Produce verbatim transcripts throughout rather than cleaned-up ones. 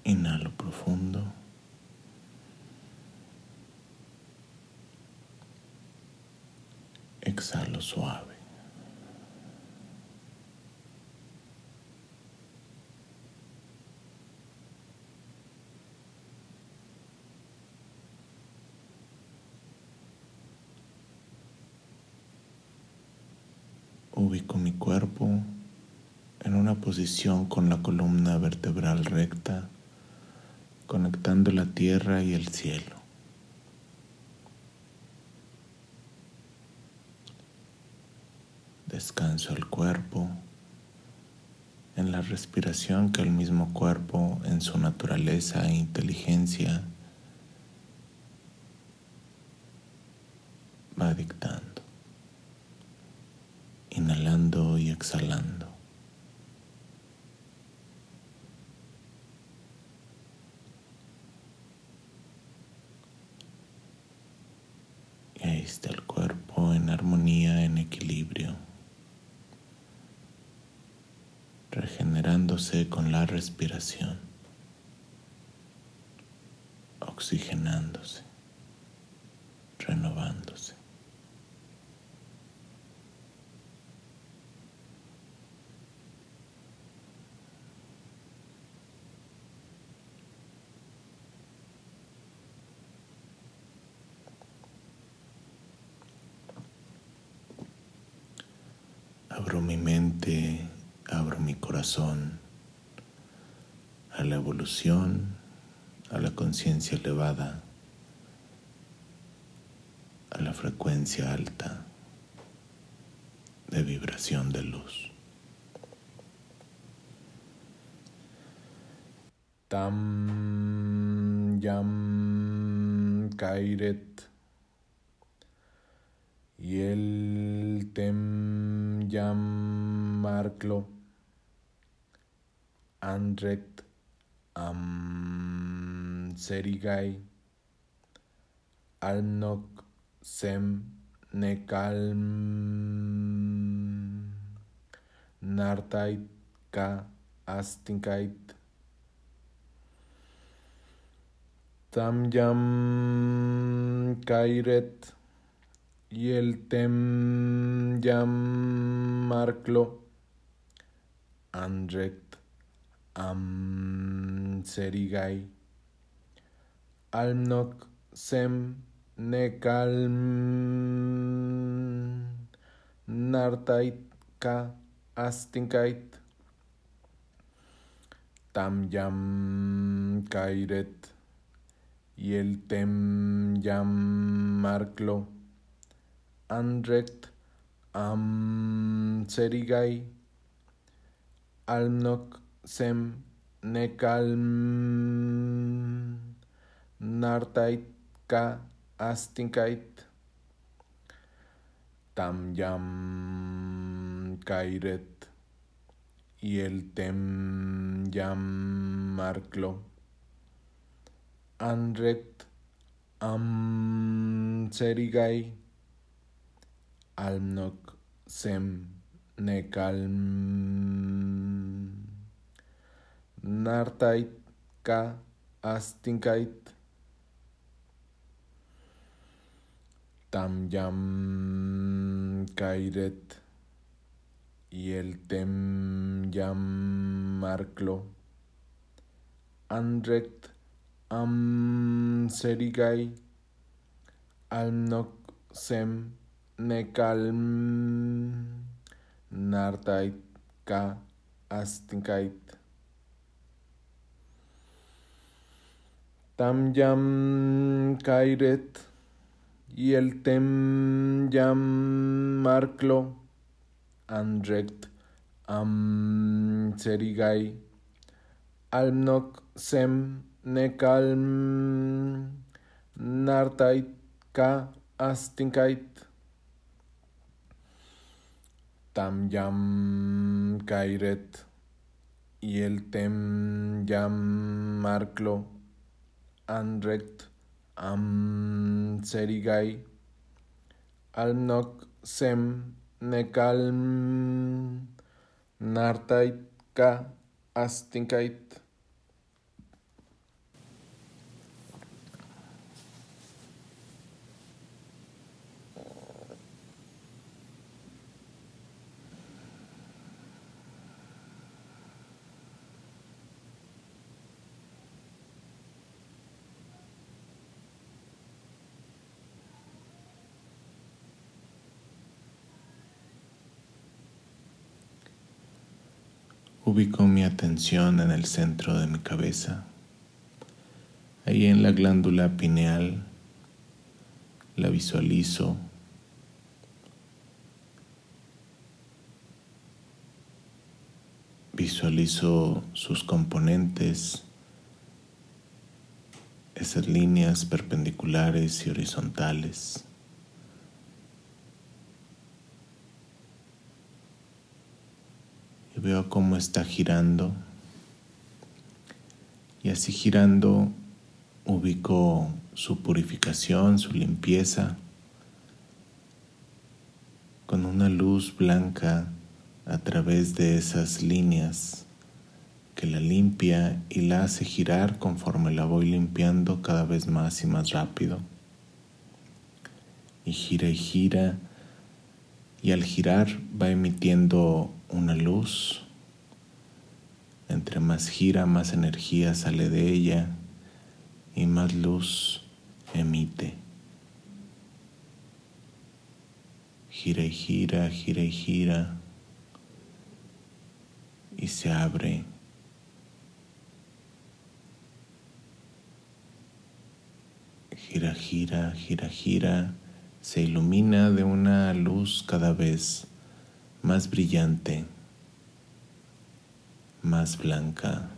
Inhalo profundo. Exhalo suave. Ubico mi cuerpo en una posición con la columna vertebral recta, conectando la tierra y el cielo. Descanso el cuerpo en la respiración que el mismo cuerpo en su naturaleza e inteligencia va dictando, inhalando y exhalando. Y ahí está el cuerpo en armonía, en equilibrio, regenerándose con la respiración, oxigenándose, renovándose. Abro mi mente, abro mi corazón a la evolución, a la conciencia elevada, a la frecuencia alta de vibración de luz. Tam yam kairet yel tem yam marklo andrekt am serigai alnok sem nekalm nartait ka astinkait tam yam kairet yel tem yam marklo andrekt am serigai alnok sem nekalm nartait ka astinkait tam yam kairet yel tem yam marklo andrekt am serigai alnok sem nekalm nartait ka astinkait tam yam kairet yel tem yam marklo andrekt am serigai alnok sem nekalm nartait ka astinkait tam yam kairet yel tem yam marklo andrekt am serigai alnok sem nekalm nartait ka astinkait tam yam kairet yel tem yam marklo andrekt am serigai alnok sem nekalm nartait ka astinkait tam yam kairet yel tem yam marklo andrekt am serigai alnok sem nekalm nartait ka astinkait Ubico mi atención en el centro de mi cabeza, ahí en la glándula pineal. La visualizo. Visualizo sus componentes, esas líneas perpendiculares y horizontales. Y veo cómo está girando. Y así girando ubico su purificación, su limpieza, con una luz blanca a través de esas líneas que la limpia y la hace girar conforme la voy limpiando cada vez más y más rápido. Y gira y gira, y al girar va emitiendo una luz. Entre más gira, más energía sale de ella y más luz emite. Gira y gira, gira y gira, y se abre. Gira, gira, gira, gira, se ilumina de una luz cada vez más brillante, más blanca.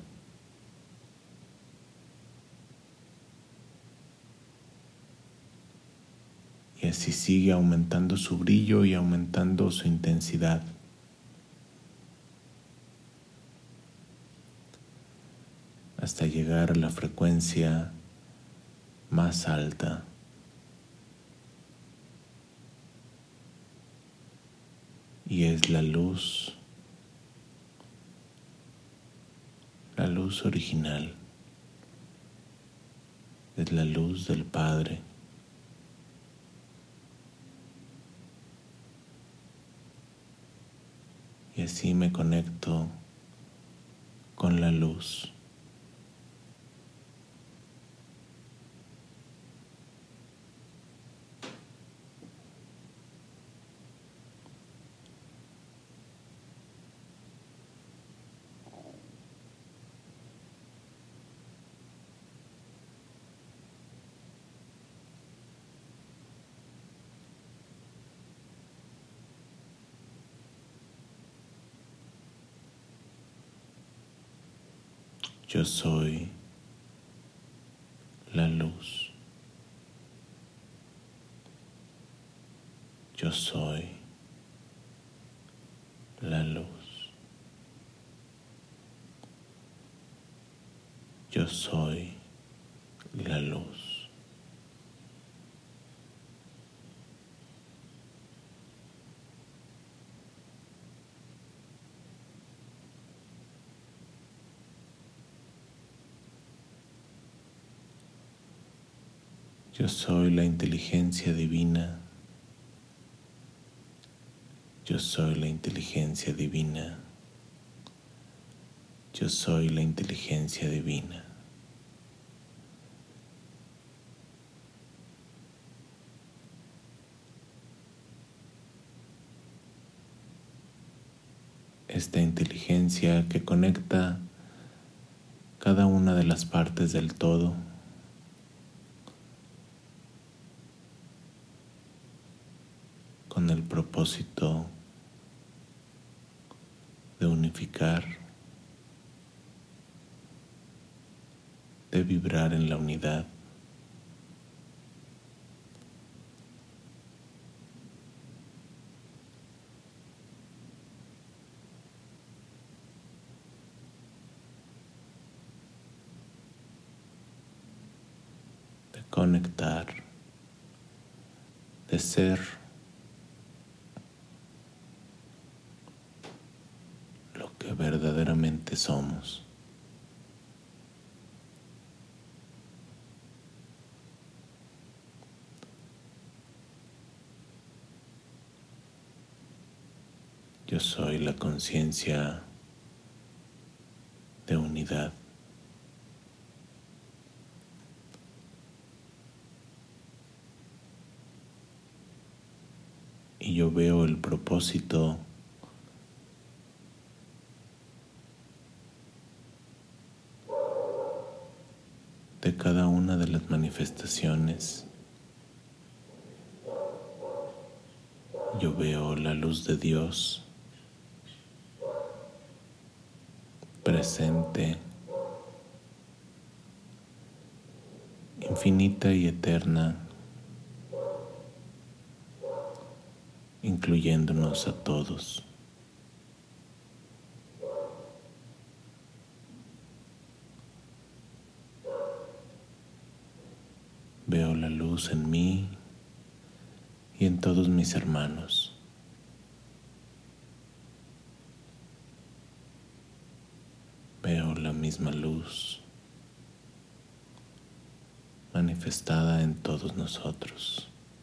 Y así sigue aumentando su brillo y aumentando su intensidad. Hasta llegar a la frecuencia más alta. Y es la luz, la luz original. Es la luz del Padre. Y así me conecto con la luz. Yo soy la luz. Yo soy la luz. Yo soy la luz. Yo soy la inteligencia divina. Yo soy la inteligencia divina. Yo soy la inteligencia divina. Esta inteligencia que conecta cada una de las partes del todo, con el propósito de unificar, de vibrar en la unidad. De conectar, de ser lo que verdaderamente somos. Yo soy la conciencia de unidad. Y yo veo el propósito de cada una de las manifestaciones. Yo veo la luz de Dios presente, infinita y eterna, incluyéndonos a todos. Veo la luz en mí y en todos mis hermanos. Veo la misma luz manifestada en todos nosotros.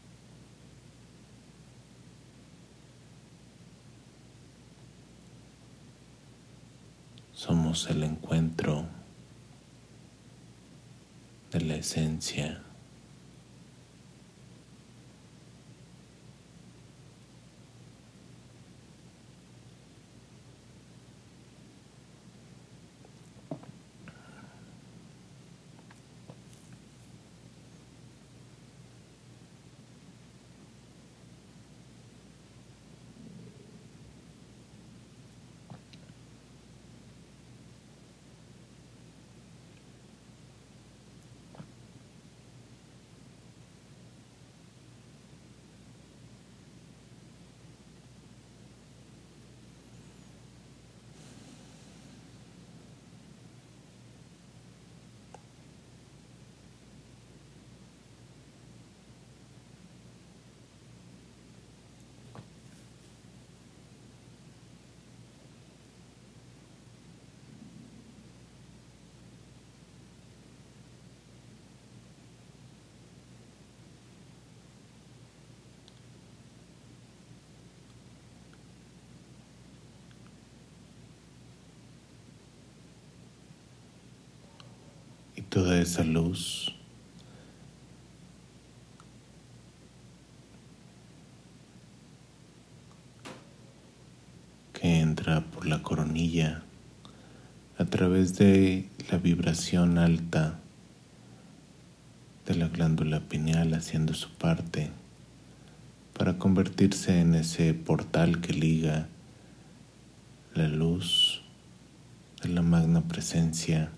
Somos el encuentro de la esencia y toda esa luz que entra por la coronilla a través de la vibración alta de la glándula pineal, haciendo su parte para convertirse en ese portal que liga la luz de la magna presencia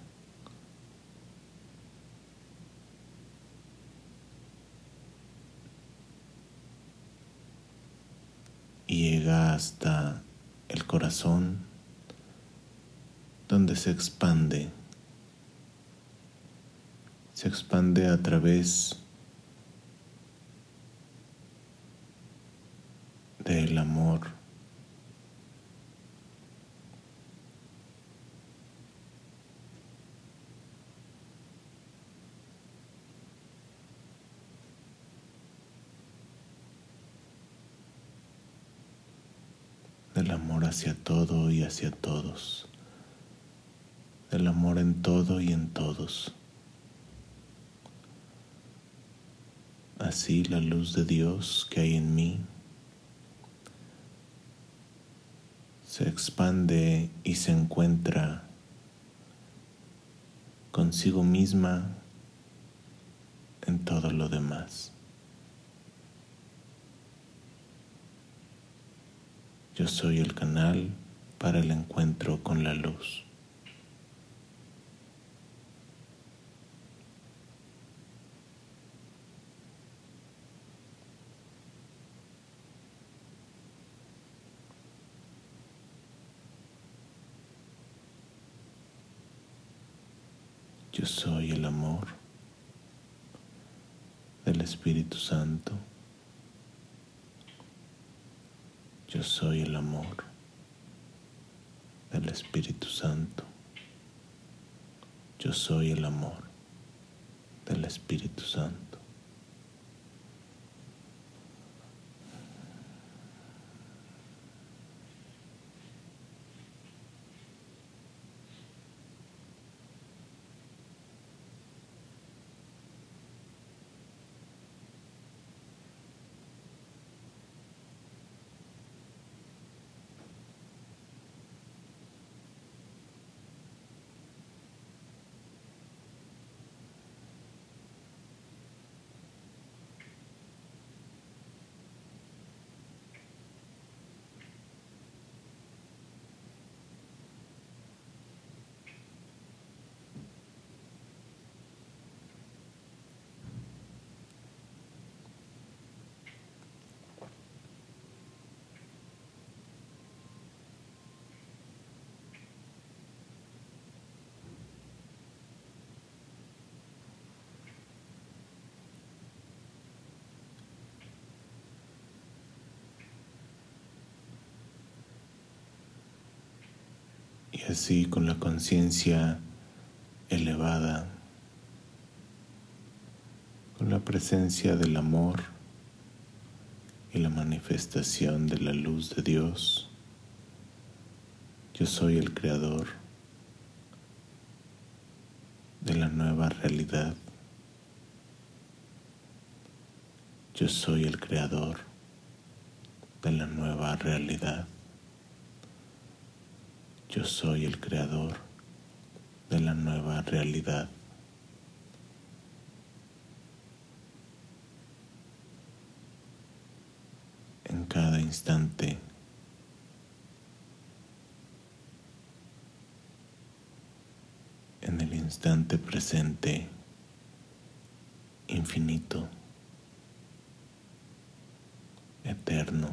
y llega hasta el corazón, donde se expande, se expande a través del amor, del amor hacia todo y hacia todos, del amor en todo y en todos. Así la luz de Dios que hay en mí se expande y se encuentra consigo misma en todo lo demás. Yo soy el canal para el encuentro con la luz. Yo soy el amor del Espíritu Santo. Yo soy el amor del Espíritu Santo. Yo soy el amor del Espíritu Santo. Y así, con la conciencia elevada, con la presencia del amor y la manifestación de la luz de Dios, yo soy el creador de la nueva realidad. Yo soy el creador de la nueva realidad. Yo soy el creador de la nueva realidad. En cada instante, en el instante presente, infinito, eterno,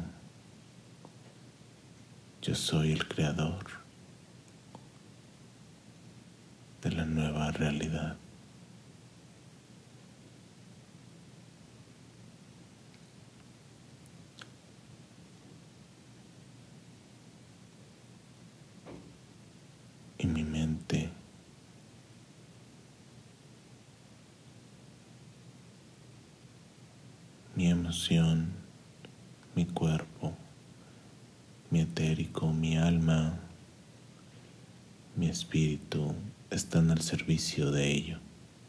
yo soy el creador de la nueva realidad. Y mi mente mi emoción, mi cuerpo, mi etérico, mi alma, mi espíritu están al servicio de ello.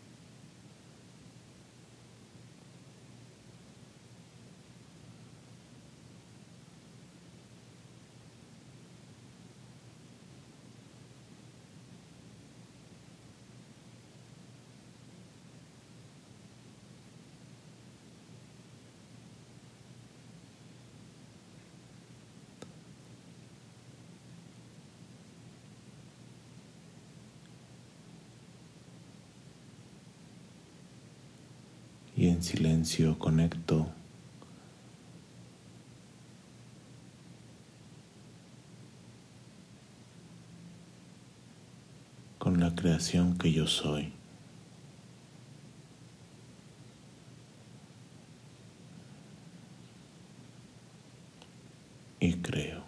Y en silencio conecto con la creación que yo soy. Y creo.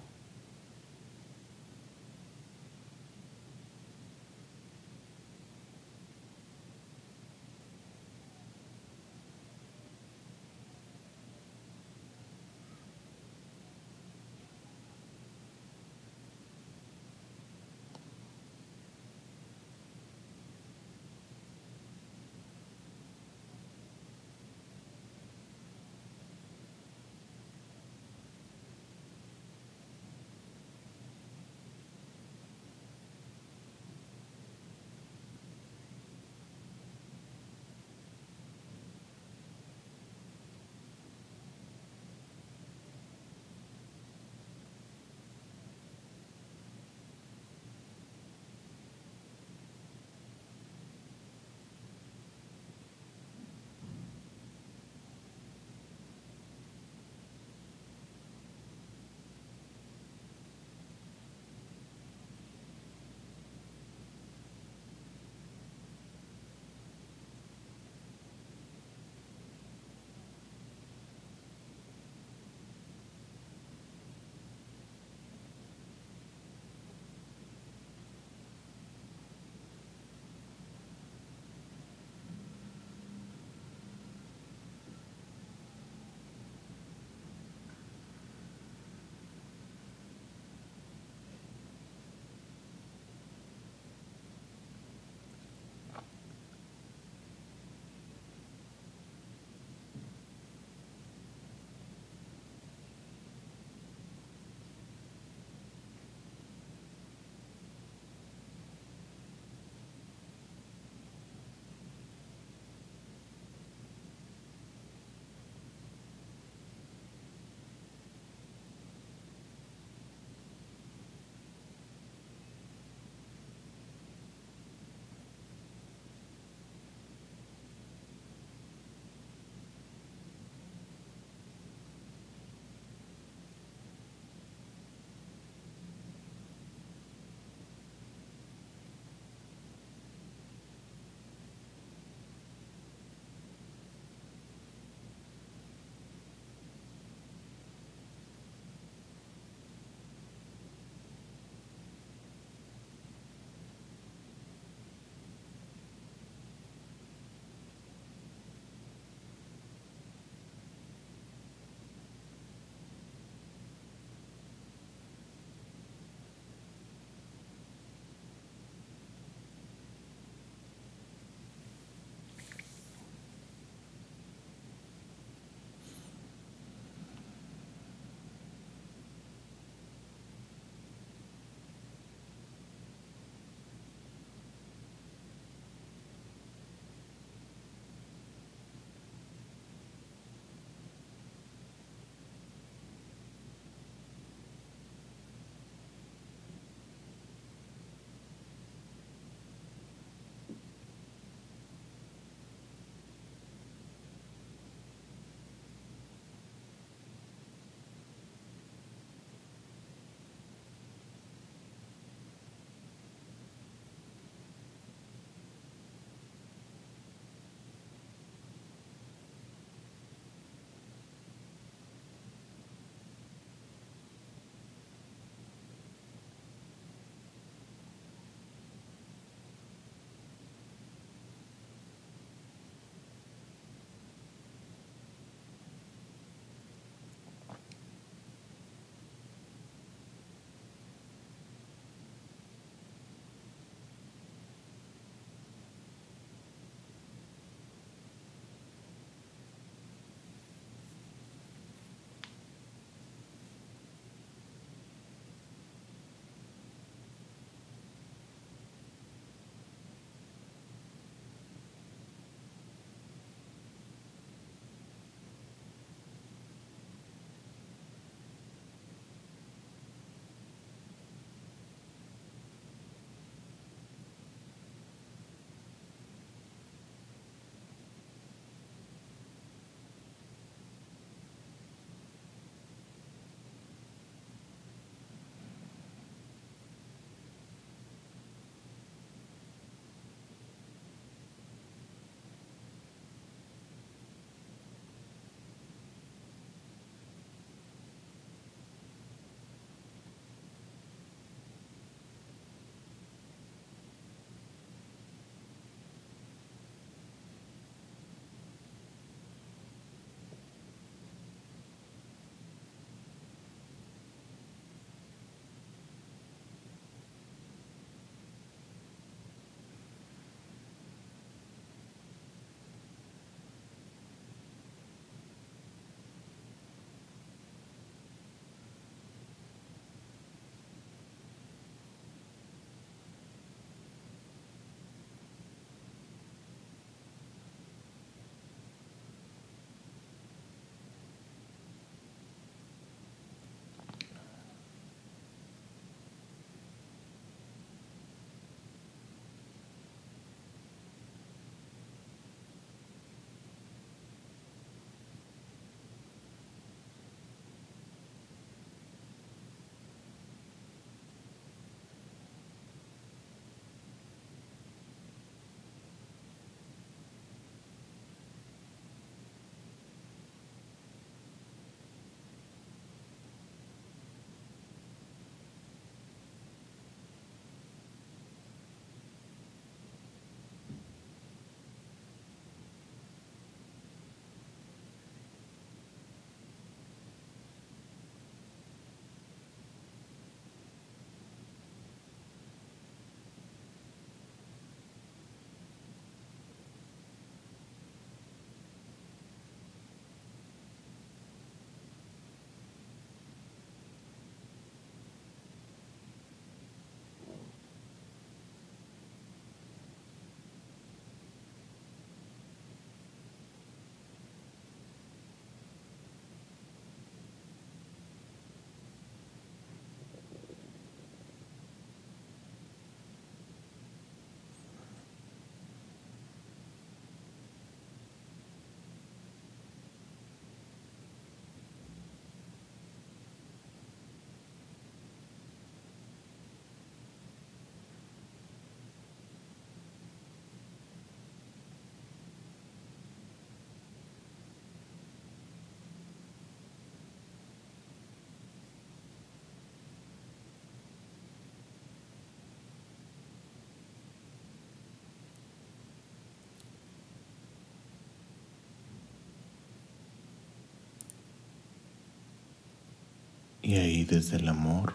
Y ahí desde el amor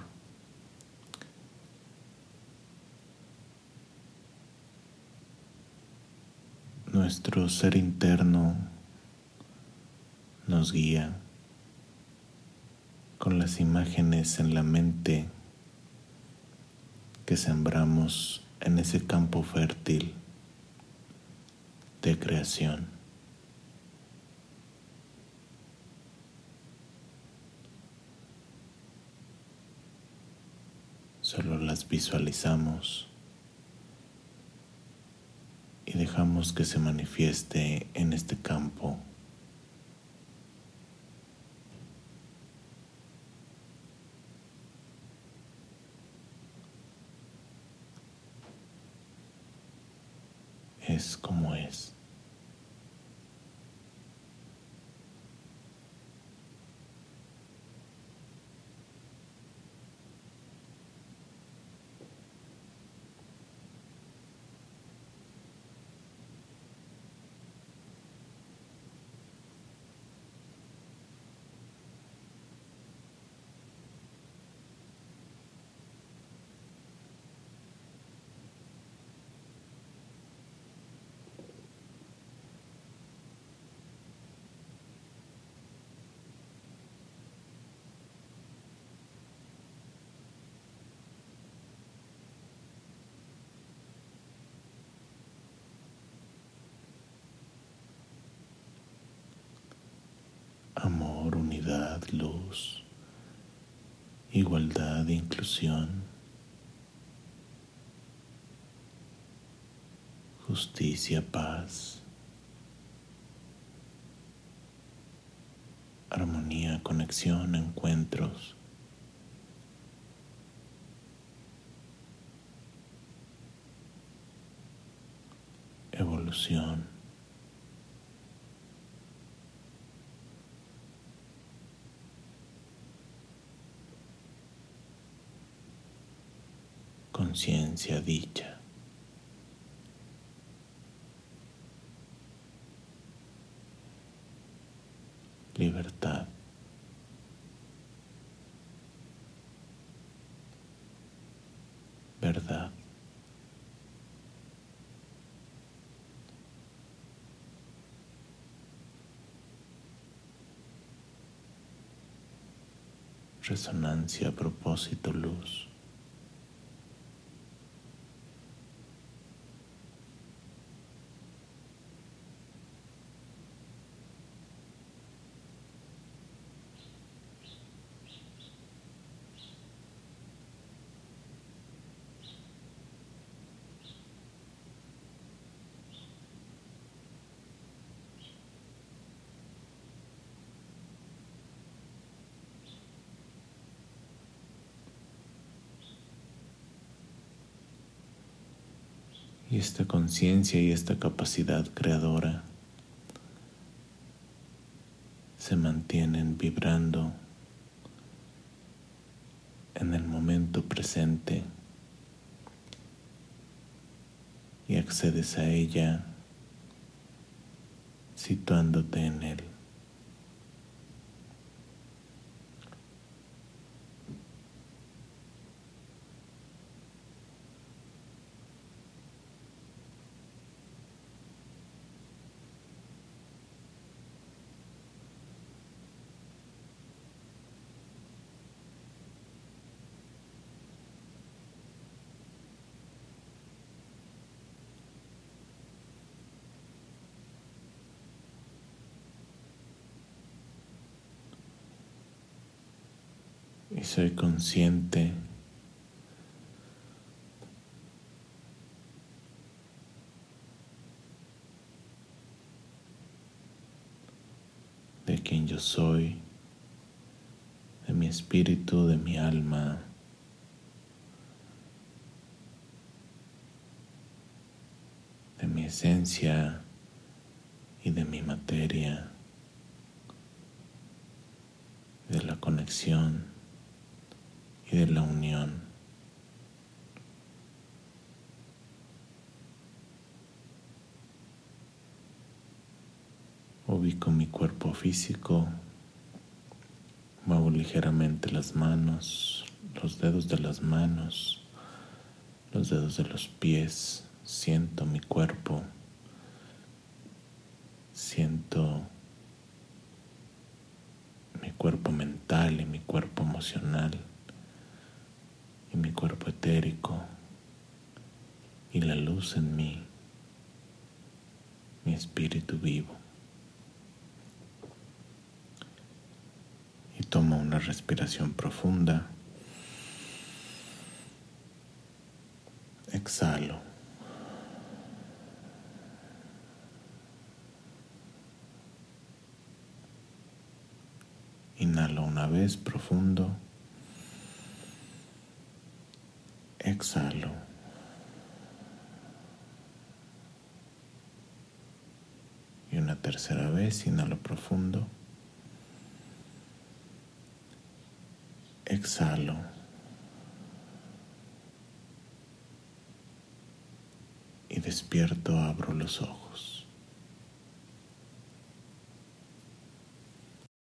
nuestro ser interno nos guía con las imágenes en la mente que sembramos en ese campo fértil de creación. Solo las visualizamos y dejamos que se manifieste en este campo. Es como es. Amor, unidad, luz, igualdad, inclusión, justicia, paz, armonía, conexión, encuentros, evolución, conciencia, dicha. Libertad. Verdad. Resonancia, propósito, luz. Y esta conciencia y esta capacidad creadora se mantienen vibrando en el momento presente y accedes a ella situándote en él. Y soy consciente de quién yo soy, de mi espíritu, de mi alma, de mi esencia y de mi materia, de la conexión y de la unión. Ubico mi cuerpo físico, Muevo ligeramente las manos, los dedos de las manos, los dedos de los pies. Siento mi cuerpo, siento mi cuerpo mental y mi cuerpo emocional y mi cuerpo etérico y la luz en mí, mi espíritu vivo. Y tomo una respiración profunda. Exhalo. Inhalo una vez profundo. Exhalo. Y una tercera vez, inhalo profundo. Exhalo. Y despierto, abro los ojos.